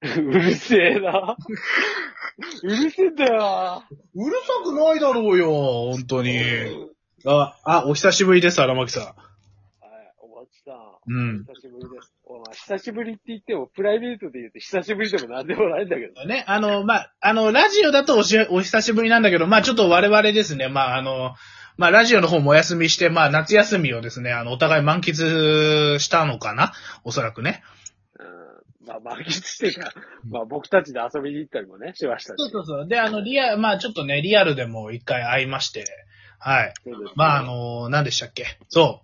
るせえな。うるせえんだよ。 うるさくないだろうよ、本当に。お久しぶりです、荒牧さはい、おばちさん。 うん。 久しぶりです。お前、久しぶりって言っても、プライベートで言うと久しぶりでもなんでもないんだけど。 ん。ね、ラジオだとお久しぶりなんだけど、ちょっと我々ですね、ラジオの方もお休みして、夏休みをですね、お互い満喫したのかなおそらくね。 満喫してか、僕たちで遊びに行ったりもね、しましたし。 そう。で、ちょっとね、リアルでも一回会いまして、はい。 そうですね何でしたっけそう。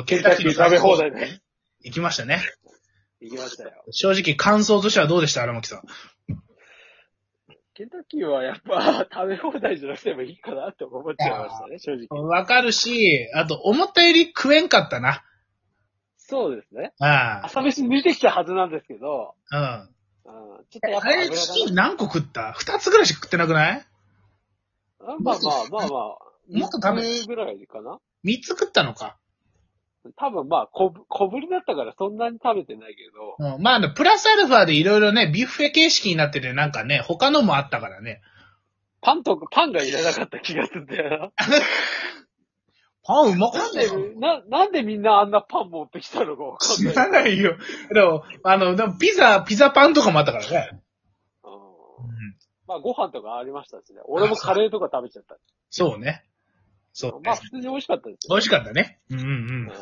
ケンタッキー食べ放題ね。 行きましたね。 行きましたよ。 正直感想としてはどうでした荒牧さん。 ケンタッキーはやっぱ食べ放題じゃなくてもいいかなって思っちゃいましたね、正直。 わかるし、あと、思ったより食えんかったな。 そうですね。 あ朝飯抜いてきたはずなんですけど、 あ。 ちょっとやっぱあれ、チキン何個食った ?2 つぐらいしか食ってなくないまあ、 もっと食べ 3つぐらいかな ?3 つ食ったのか。 多分小ぶりだったからそんなに食べてないけど。 プラスアルファでいろいろね、ビュッフェ形式になってて、なんかね、他のもあったからね。 パンがいらなかった気がするんだよな。 パンうまかったよ。 なんでみんなあんなパン持ってきたのかわかん知ない。 らないよ。でもピザパンとかもあったからね。 ご飯とかありましたしね。俺もカレーとか食べちゃった。 そうね。そうね。 普通に美味しかったですよ。 美味しかったね。うん。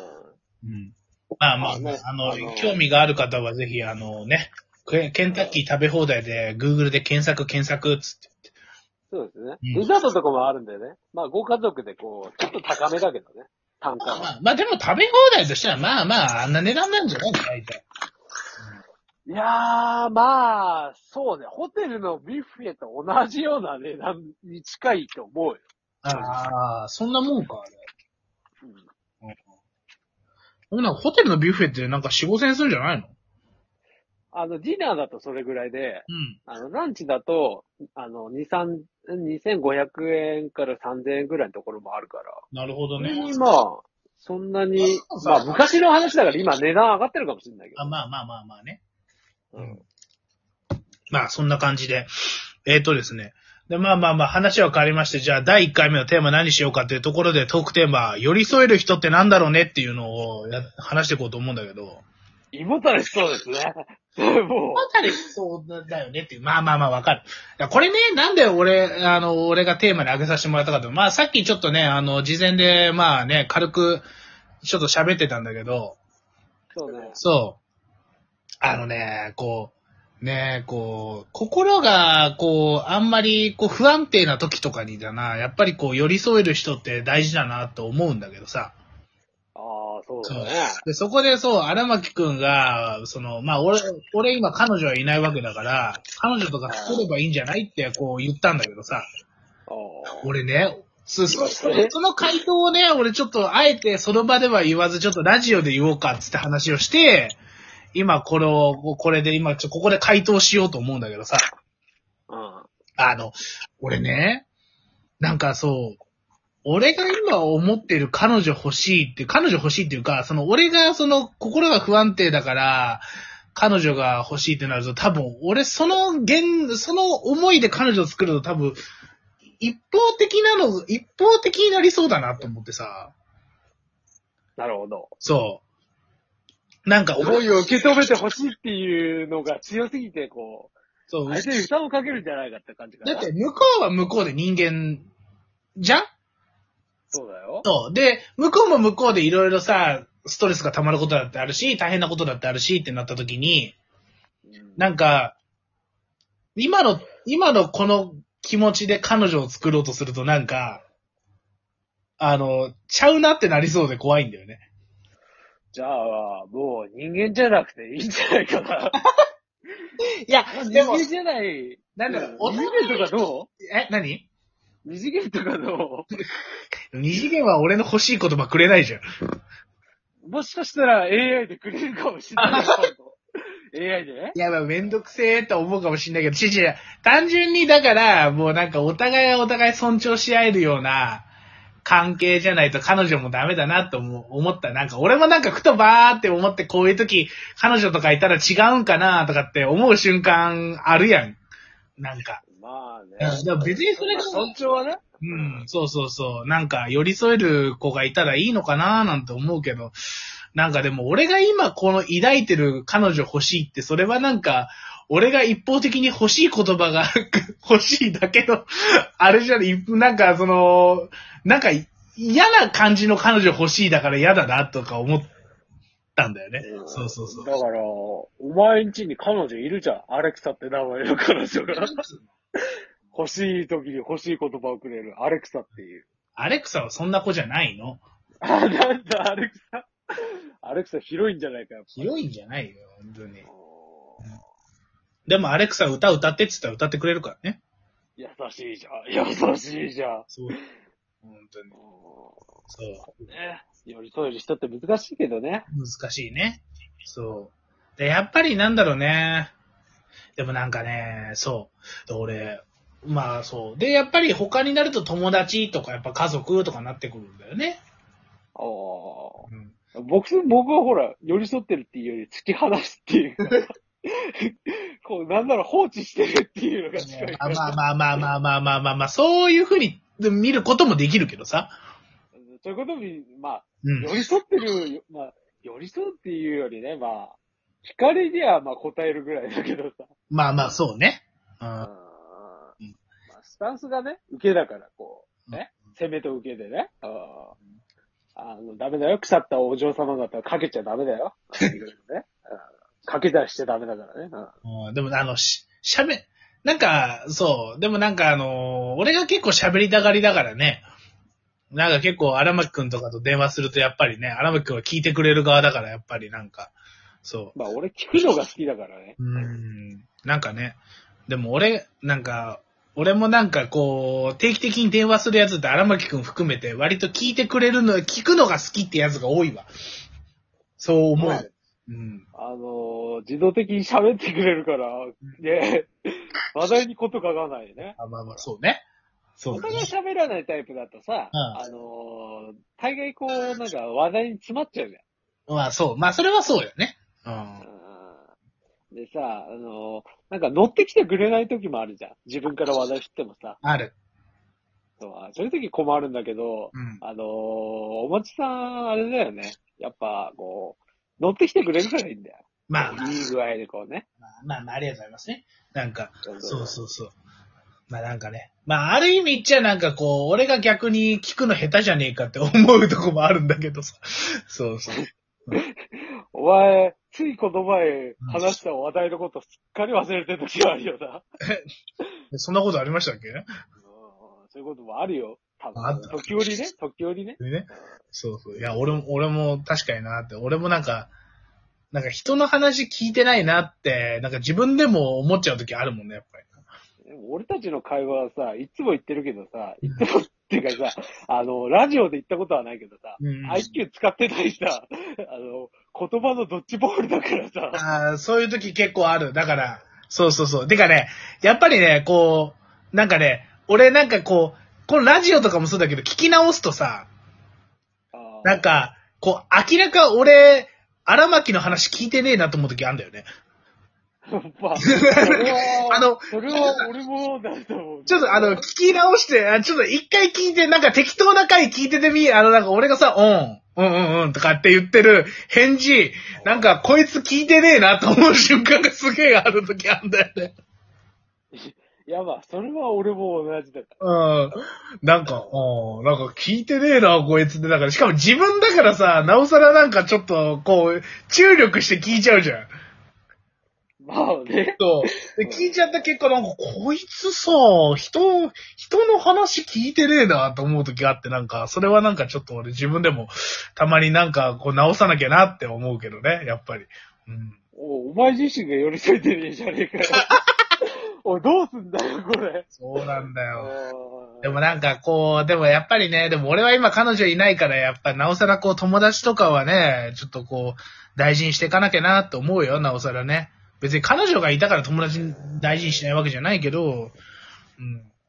興味がある方はぜひ、ケンタッキー食べ放題で、Google で検索つって。 そうですね。デザートとかもあるんでね。ご家族でちょっと高めだけどね。単価は。 でも食べ放題としては、あんな値段なんじゃないの大体。 いやー、そうね。ホテルのビュッフェと同じような値段に近いと思うよ。 そんなもんか、あれ。ホテルのビュッフェってなんか4、5千円するんじゃないのディナーだとそれぐらいで、ランチだと、2500円から3000円ぐらいのところもあるから。 なるほどね。 そんなに、昔の話だから今値段上がってるかもしれないけど。 ね。そんな感じで。ですね。で、話は変わりまして、じゃあ、第1回目のテーマ何しようかっていうところで、トークテーマ、寄り添える人ってなんだろうねっていうのを話していこうと思うんだけど。 胃もたれしそうですね。 胃もたれしそうだよねっていう。わかる。これね、なんで俺がテーマに挙げさせてもらったかと。さっきちょっとね、事前で、軽く、ちょっと喋ってたんだけど。 そうね。 そう。心が、あんまり、不安定な時とかにだな、やっぱり寄り添える人って大事だなと思うんだけどさ。 そうだね。 で、そこで荒牧くんが、俺今彼女はいないわけだから、彼女とか作ればいいんじゃないって言ったんだけどさ。俺ね、その回答をね、俺ちょっとあえてその場では言わず、ちょっとラジオで言おうかっつって話をして、今これで今ここで回答しようと思うんだけどさ。俺ね、俺が今思ってる彼女欲しいっていうか、俺が心が不安定だから、彼女が欲しいってなると多分、俺その思いで彼女を作ると多分、一方的になりそうだなと思ってさ。 なるほど。 そう。 思いを受け止めてほしいっていうのが強すぎて、相手に負担をかけるんじゃないかって感じかな。 だって、向こうは向こうで人間、じゃん？ そうだよ。 そう。で、向こうも向こうでいろいろさ、ストレスが溜まることだってあるし、大変なことだってあるしってなった時に、今のこの気持ちで彼女を作ろうとするとちゃうなってなりそうで怖いんだよね。 じゃあ、もう人間じゃなくていいんじゃないかな。 いや、 人間じゃない。 なんだろう、 二次元とかどう？ 何？ 二次元とかどう？二次元は俺の欲しい言葉くれないじゃん。 もしかしたら AI でくれるかもしれない。AI でね。 いや、めんどくせーと思うかもしれないけど、単純にだから、もうお互い尊重し合えるような、 関係じゃないと彼女もダメだなと思った。なんか俺もなんかふとバーって思ってこういう時彼女とかいたら違うんかなとかって思う瞬間あるやん。なんか。 まあね。 でも別にそれが。 尊重はね。 うん、そうそうそう。なんか寄り添える子がいたらいいのかななんて思うけど、なんかでも俺が今この抱いてる彼女欲しいってそれはなんか、俺が一方的に欲しい言葉が欲しいだけど、あれじゃね、なんかその、なんか嫌な感じの彼女欲しいだから嫌だなとか思ったんだよね。そうそうそう。 だから、お前ん家に彼女いるじゃん。アレクサって名前の彼女が。欲しい時に欲しい言葉をくれる。アレクサっていう。 アレクサはそんな子じゃないの。 なんだ、アレクサ。アレクサ広いんじゃないかよ。 広いんじゃないよ、本当に。でもアレクサ歌ってって言ったら歌ってくれるからね。 優しいじゃん。優しいじゃん。 そう。本当に。そう。 ね。寄り添える人って難しいけどね。 難しいね。そう。で、やっぱりなんだろうね。でもなんかね、そう。俺、まあそう。で、やっぱり他になると友達とかやっぱ家族とかなってくるんだよね。 ああ。うん、僕はほら、寄り添ってるっていうより突き放すっていうか。こう、なんなら放置してるっていうのが近い。 まあ、そういうふうに見ることもできるけどさ。 そういうことに、まあ、寄り添ってる、まあ、寄り添うっていうよりね、まあ、光にはまあ答えるぐらいだけどさ。 まあ、そうね。 まあ、スタンスがね、受けだから、こう、ね、攻めと受けでね。ダメだよ。腐ったお嬢様だったらかけちゃダメだよ。ね、かけたりしちゃダメだからね。 でもなんか、そう、でもなんか俺が結構喋りたがりだからね。なんか結構荒牧くんとかと電話するとやっぱりね、荒牧くんは聞いてくれる側だからやっぱりなんか、そう。 まあ俺聞くのが好きだからね。 なんかね、でも俺もなんかこう、定期的に電話するやつって荒牧くん含めて割と聞いてくれるの、聞くのが好きってやつが多いわ。そう思う。はい、 自動的に喋ってくれるから、ね、話題にこと書かないね。 まあ、そうね。 そうね。お互い喋らないタイプだとさ、大概こう、なんか話題に詰まっちゃうじゃん。 まあそう。まあそれはそうよね。 でさ、なんか乗ってきてくれない時もあるじゃん。自分から話題振ってもさ。 ある。 そういう時困るんだけど、おもちさん、あれだよね。やっぱ、こう、乗ってきてくれるからいいんだよ。まあ、いい具合でこうね。 まあ、ありがとうございますね。なんか、そう。まあなんかね。まあある意味言っちゃなんかこう、俺が逆に聞くの下手じゃねえかって思うとこもあるんだけどさ。そう。 お前、ついこの前話した話題のことすっかり忘れてる時があるよな。 そんなことありましたっけ？ そういうこともあるよ。多分。時折ね。 そう。いや、俺も確かになって、俺もなんか人の話聞いてないなって、なんか自分でも思っちゃう時あるもんね、やっぱり。 俺たちの会話はさ、いつも言ってるけどさ、いつもっていうかさ、ラジオで言ったことはないけどさ、IQ 使ってないさ、言葉のドッジボールだからさ。 そういう時結構ある。だから、そう。てかね、やっぱりね、こう、なんかね、俺なんかこのラジオとかもそうだけど、聞き直すとさ、なんか、こう、明らか俺、荒牧の話聞いてねえなと思う時あるんだよね。 まあ、それは俺もだと思う。 ちょっと聞き直して、ちょっと一回聞いて、なんか適当な回聞いててみ、なんか俺がさ、うんとかって言ってる返事、なんかこいつ聞いてねえなと思う瞬間がすげえある時あるんだよね。 いやまあ、それは俺も同じだから。なんか聞いてねえな、こいつって。だから、しかも自分だからさ、なおさらなんかちょっと、こう、注力して聞いちゃうじゃん。 まあね。 そう。で、聞いちゃった結果、なんか、こいつさ、人の話聞いてねえなと思う時があって、なんか、それはなんかちょっと俺自分でも、たまになんか、こう直さなきゃなって思うけどね、やっぱり。 お前自身が寄り添えてねえじゃねえかよ。おい、どうすんだよ、これ。 そうなんだよ。でもなんかこう、でもやっぱりね、でも俺は今彼女いないから、やっぱなおさらこう友達とかはね、ちょっとこう、大事にしていかなきゃなと思うよ、なおさらね。別に彼女がいたから友達に大事にしないわけじゃないけど、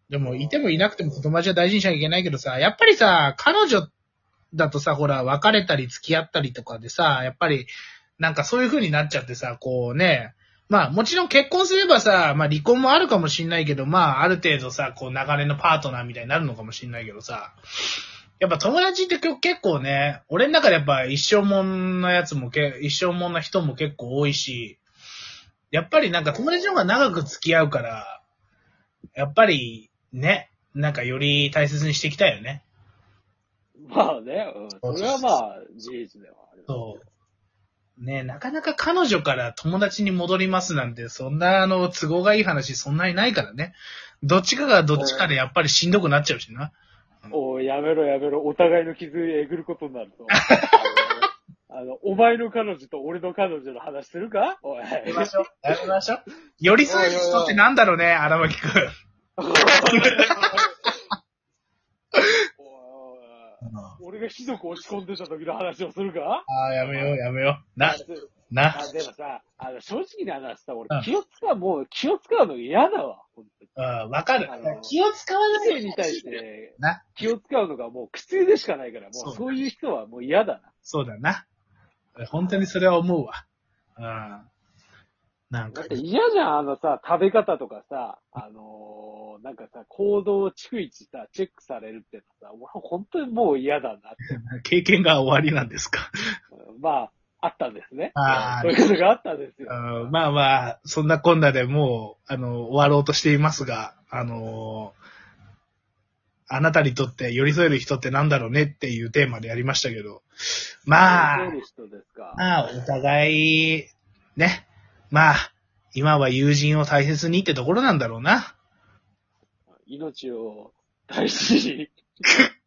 でも、いてもいなくても友達は大事にしなきゃいけないけどさ、やっぱりさ、彼女だとさ、ほら、別れたり付き合ったりとかでさ、やっぱり、なんかそういう風になっちゃってさ、こうね、まあもちろん結婚すればさ、まあ離婚もあるかもしんないけど、まあある程度さ、こう流れのパートナーみたいになるのかもしんないけどさ、やっぱ友達って結構ね、俺の中でやっぱ一生もんなやつも一生もんな人も結構多いし、やっぱりなんか友達の方が長く付き合うから、やっぱりね、なんかより大切にしていきたいよね。 まあね、それはまあ事実ではある。 そう。ね、なかなか彼女から友達に戻りますなんて、そんな都合がいい話そんなにないからね。どっちかがどっちかでやっぱりしんどくなっちゃうしな。 おい、やめろやめろ。お互いの傷えぐることになると。お前の彼女と俺の彼女の話するかおい。 やめましょう。やめましょう。寄り添える人ってなんだろうね、荒牧くん。 俺がひどく落ち込んでた時の話をするかああ、やめよう、やめよう。な。 でもさ、正直な話さ、俺気を使うの嫌だわ、本当に。 わかる。気を使わないに対して、気を使うのがもう苦痛でしかないから、もうそういう人はもう嫌だな。 そうだな。本当にそれは思うわ。なんか。 だって嫌じゃん、食べ方とかさ、なんかさ、行動を逐一さ、チェックされるってのさ、俺本当にもう嫌だなって。 経験が終わりなんですか。 まあ、あったんですね。そういうことがあったんですよ。 まあまあ、そんなこんなでもう、終わろうとしていますが、あなたにとって寄り添える人ってなんだろうねっていうテーマでやりましたけど、まあ、 寄り添える人ですか。 まあ、お互い、ね、まあ、今は友人を大切にってところなんだろうな。 命を大事に。